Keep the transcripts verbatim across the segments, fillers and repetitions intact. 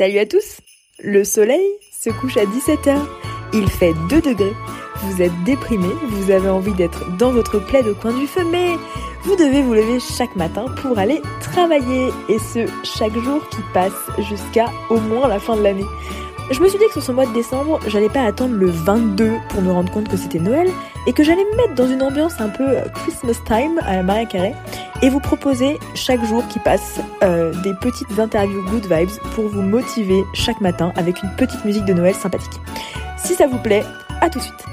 Salut à tous! Le soleil se couche à dix-sept heures. Il fait deux degrés. Vous êtes déprimé, vous avez envie d'être dans votre plaid au coin du feu, mais vous devez vous lever chaque matin pour aller travailler. Et ce, chaque jour qui passe jusqu'à au moins la fin de l'année. Je me suis dit que sur ce mois de décembre, j'allais pas attendre le vingt-deux pour me rendre compte que c'était Noël et que j'allais me mettre dans une ambiance un peu Christmas time à la Mariah Carey et vous proposer chaque jour qui passe euh, des petites interviews good vibes pour vous motiver chaque matin avec une petite musique de Noël sympathique. Si ça vous plaît, à tout de suite.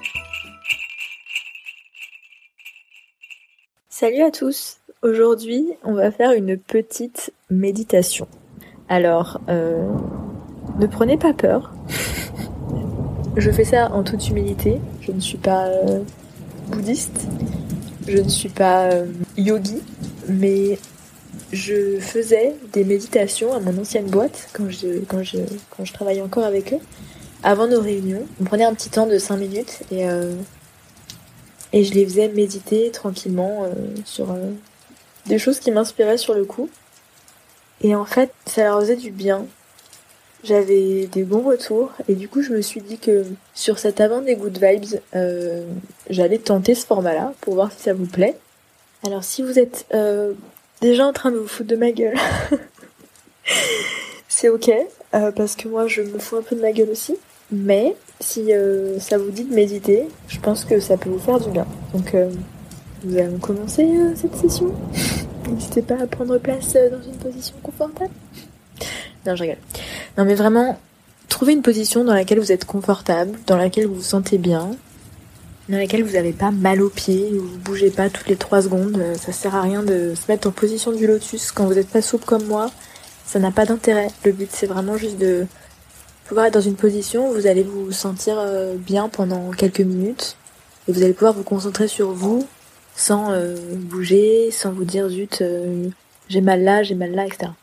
Salut à tous. Aujourd'hui, on va faire une petite méditation. Alors, euh, ne prenez pas peur. Je fais ça en toute humilité. Je ne suis pas euh, bouddhiste. Je ne suis pas euh, yogi. Mais je faisais des méditations à mon ancienne boîte quand je, quand je, quand je travaillais encore avec eux. Avant nos réunions, on prenait un petit temps de cinq minutes et, euh, et je les faisais méditer tranquillement euh, sur euh, des choses qui m'inspiraient sur le coup. Et en fait, ça leur faisait du bien. J'avais des bons retours et du coup je me suis dit que sur cet avant des good vibes, euh, j'allais tenter ce format-là pour voir si ça vous plaît. Alors si vous êtes euh, déjà en train de vous foutre de ma gueule, c'est ok, euh, parce que moi je me fous un peu de ma gueule aussi. Mais si euh, ça vous dit de méditer, je pense que ça peut vous faire du bien. Donc euh, nous allons commencer euh, cette session. N'hésitez pas à prendre place euh, dans une position confortable. Non, je rigole. Non, mais vraiment, trouvez une position dans laquelle vous êtes confortable, dans laquelle vous vous sentez bien, dans laquelle vous n'avez pas mal aux pieds, où vous bougez pas toutes les trois secondes. Ça sert à rien de se mettre en position du lotus quand vous n'êtes pas souple comme moi. Ça n'a pas d'intérêt. Le but, c'est vraiment juste de pouvoir être dans une position où vous allez vous sentir bien pendant quelques minutes et vous allez pouvoir vous concentrer sur vous sans euh, bouger, sans vous dire zut, euh, j'ai mal là, j'ai mal là, et cetera.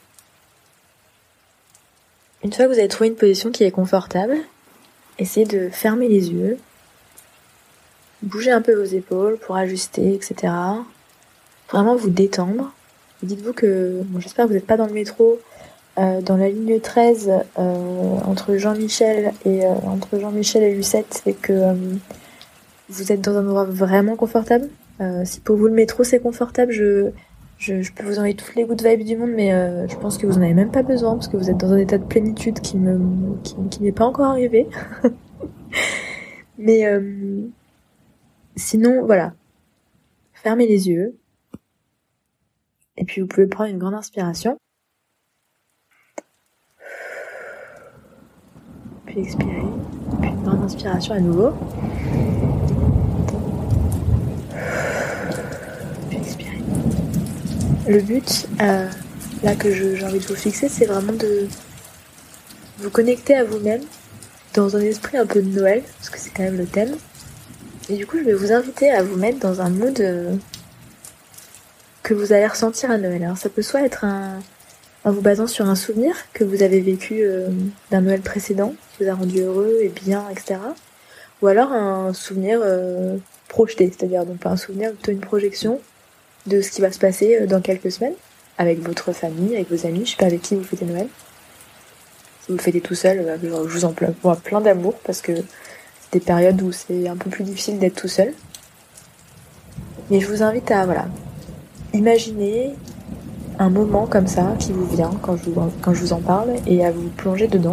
Une fois que vous avez trouvé une position qui est confortable, essayez de fermer les yeux, bougez un peu vos épaules pour ajuster, et cetera. Vraiment vous détendre. Dites-vous que, bon, j'espère que vous n'êtes pas dans le métro, euh, dans la ligne treize, euh, entre Jean-Michel et euh, entre Jean-Michel et Lucette, et que euh, vous êtes dans un endroit vraiment confortable. Euh, si pour vous le métro c'est confortable, je Je, je peux vous envoyer toutes les good vibes du monde, mais euh, je pense que vous n'en avez même pas besoin, parce que vous êtes dans un état de plénitude qui me, qui, qui n'est pas encore arrivé. mais euh, sinon, voilà. Fermez les yeux. Et puis vous pouvez prendre une grande inspiration. Puis expirer. Puis une grande inspiration à nouveau. Le but, euh, là que je, j'ai envie de vous fixer, c'est vraiment de vous connecter à vous-même dans un esprit un peu de Noël, parce que c'est quand même le thème. Et du coup, je vais vous inviter à vous mettre dans un mood euh, que vous allez ressentir à Noël. Alors, ça peut soit être un, en vous basant sur un souvenir que vous avez vécu euh, d'un Noël précédent, qui vous a rendu heureux et bien, et cetera. Ou alors un souvenir euh, projeté, c'est-à-dire donc pas un souvenir, plutôt une projection de ce qui va se passer dans quelques semaines avec votre famille, avec vos amis, je sais pas avec qui vous fêtez Noël. Si vous le fêtez tout seul, je vous en plein, plein d'amour parce que c'est des périodes où c'est un peu plus difficile d'être tout seul. Mais je vous invite à voilà, imaginer un moment comme ça qui vous vient quand je vous, quand je vous en parle et à vous plonger dedans.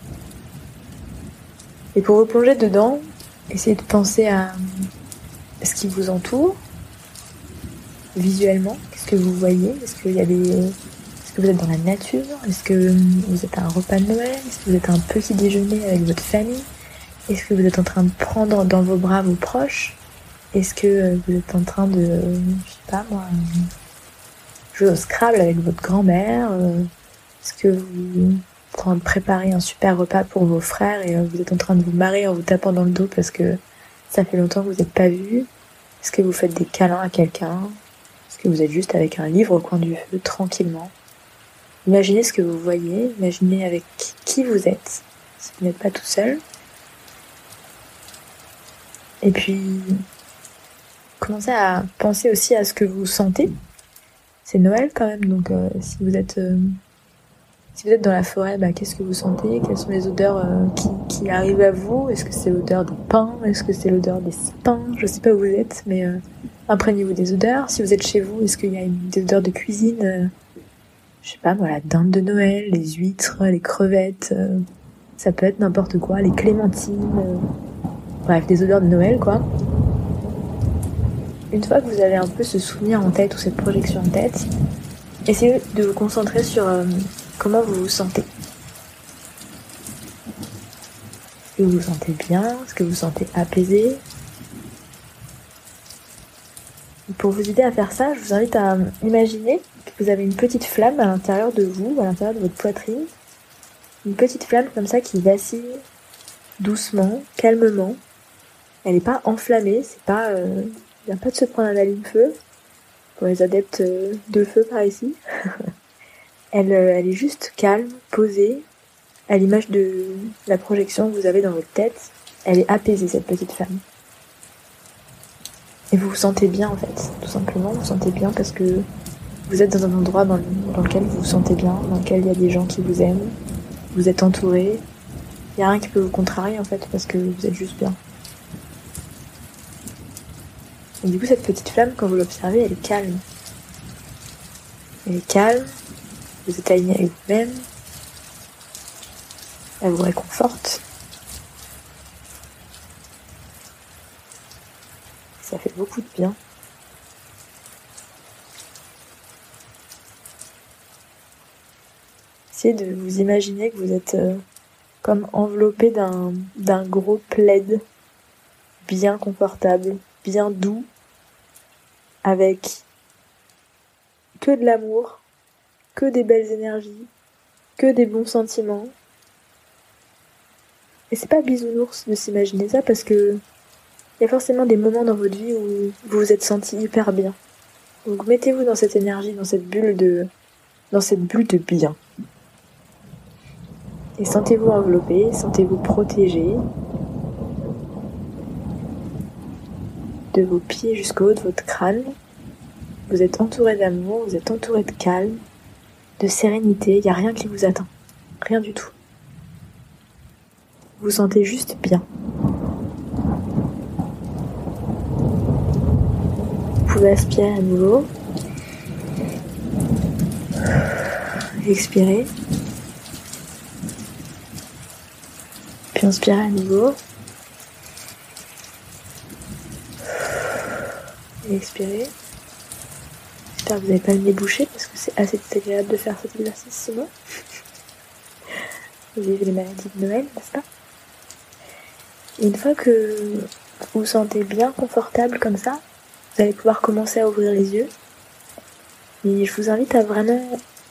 Et pour vous plonger dedans, essayez de penser à ce qui vous entoure. Visuellement, qu'est-ce que vous voyez? Est-ce qu'il y a des... Est-ce que vous êtes dans la nature? Est-ce que vous êtes à un repas de Noël? Est-ce que vous êtes à un petit déjeuner avec votre famille? Est-ce que vous êtes en train de prendre dans vos bras vos proches? Est-ce que vous êtes en train de, je sais pas moi, jouer au Scrabble avec votre grand-mère? Est-ce que vous êtes en train de préparer un super repas pour vos frères et vous êtes en train de vous marrer en vous tapant dans le dos parce que ça fait longtemps que vous n'êtes pas vus? Est-ce que vous faites des câlins à quelqu'un? Est-ce que vous êtes juste avec un livre au coin du feu, tranquillement? Imaginez ce que vous voyez, imaginez avec qui vous êtes, si vous n'êtes pas tout seul. Et puis, commencez à penser aussi à ce que vous sentez. C'est Noël quand même, donc euh, si vous êtes euh, Si vous êtes dans la forêt, bah, qu'est-ce que vous sentez? Quelles sont les odeurs euh, qui, qui arrivent à vous? Est-ce que c'est l'odeur des pins? Est-ce que c'est l'odeur des sapins? Je sais pas où vous êtes, mais euh, imprégnez-vous des odeurs. Si vous êtes chez vous, est-ce qu'il y a une, des odeurs de cuisine? euh, Je sais pas, moi, la dinde de Noël, les huîtres, les crevettes, euh, ça peut être n'importe quoi, les clémentines, euh, bref, des odeurs de Noël, quoi. Une fois que vous avez un peu ce souvenir en tête ou cette projection en tête, essayez de vous concentrer sur euh, comment vous vous sentez. Est-ce que vous vous sentez bien? Est-ce que vous vous sentez apaisé? Pour vous aider à faire ça, je vous invite à imaginer que vous avez une petite flamme à l'intérieur de vous, à l'intérieur de votre poitrine. Une petite flamme comme ça qui vacille doucement, calmement. Elle n'est pas enflammée, c'est pas, euh, il n'y a pas de se prendre un allume-feu pour les adeptes euh, de feu par ici. elle, euh, elle est juste calme, posée, à l'image de la projection que vous avez dans votre tête. Elle est apaisée, cette petite flamme. Et vous vous sentez bien en fait, tout simplement, vous vous sentez bien parce que vous êtes dans un endroit dans, le, dans lequel vous vous sentez bien, dans lequel il y a des gens qui vous aiment, vous êtes entouré, il n'y a rien qui peut vous contrarier en fait parce que vous êtes juste bien. Et du coup cette petite flamme, quand vous l'observez, elle est calme. Elle est calme, vous êtes aligné avec vous-même, elle vous réconforte. Ça fait beaucoup de bien. Essayez de vous imaginer que vous êtes euh, comme enveloppé d'un, d'un gros plaid bien confortable, bien doux, avec que de l'amour, que des belles énergies, que des bons sentiments. Et c'est pas bisounours de s'imaginer ça parce que il y a forcément des moments dans votre vie où vous vous êtes senti hyper bien. Donc mettez-vous dans cette énergie, dans cette bulle de, dans cette bulle de bien. Et sentez-vous enveloppé, sentez-vous protégé. De vos pieds jusqu'au haut de votre crâne. Vous êtes entouré d'amour, vous êtes entouré de calme, de sérénité, il n'y a rien qui vous atteint. Rien du tout. Vous vous sentez juste bien. Vous pouvez aspirer à nouveau. Expirez. Puis inspirez à nouveau. Et expirez. J'espère que vous n'avez pas le nez bouché parce que c'est assez désagréable de faire cet exercice sinon. Vous vivez les maladies de Noël, n'est-ce pas? Et une fois que vous vous sentez bien confortable comme ça, vous allez pouvoir commencer à ouvrir les yeux. Et je vous invite à vraiment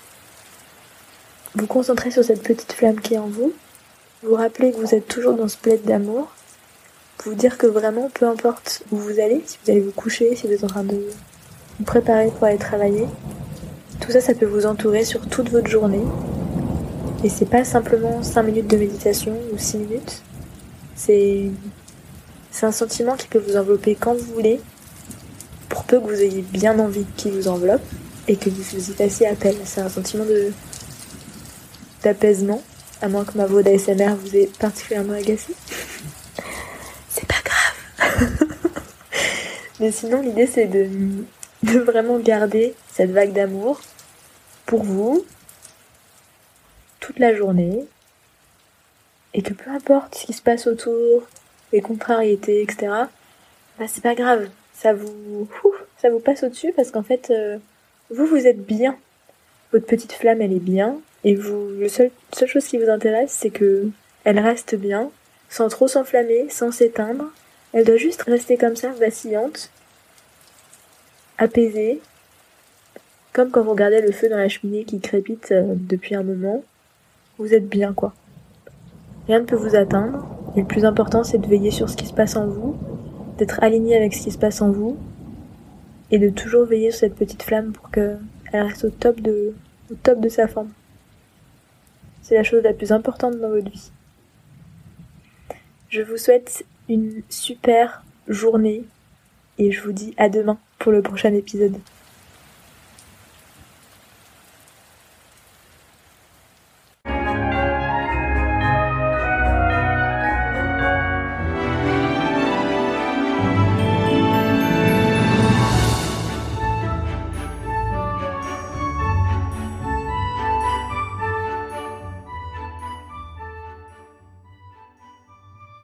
vous concentrer sur cette petite flamme qui est en vous. Vous rappeler que vous êtes toujours dans ce plaid d'amour. Vous dire que vraiment, peu importe où vous allez, si vous allez vous coucher, si vous êtes en train de vous préparer pour aller travailler, tout ça, ça peut vous entourer sur toute votre journée. Et c'est pas simplement cinq minutes de méditation ou six minutes. C'est, c'est un sentiment qui peut vous envelopper quand vous voulez, pour peu que vous ayez bien envie qu'il vous enveloppe et que vous y fassiez appel. C'est un sentiment de d'apaisement, à moins que ma voix d'A S M R vous ait particulièrement agacé. C'est pas grave. Mais sinon, l'idée c'est de, de vraiment garder cette vague d'amour pour vous toute la journée et que peu importe ce qui se passe autour, les contrariétés, et cetera, bah c'est pas grave. Ça vous, ouf, ça vous passe au-dessus parce qu'en fait, euh, vous, vous êtes bien. Votre petite flamme, elle est bien. Et vous, le seul, seule chose qui vous intéresse, c'est que elle reste bien, sans trop s'enflammer, sans s'éteindre. Elle doit juste rester comme ça, vacillante, apaisée, comme quand vous regardez le feu dans la cheminée qui crépite euh, depuis un moment. Vous êtes bien, quoi. Rien ne peut vous atteindre. Et le plus important, c'est de veiller sur ce qui se passe en vous, d'être aligné avec ce qui se passe en vous, et de toujours veiller sur cette petite flamme pour qu'elle reste au top de, au top de sa forme. C'est la chose la plus importante dans votre vie. Je vous souhaite une super journée et je vous dis à demain pour le prochain épisode.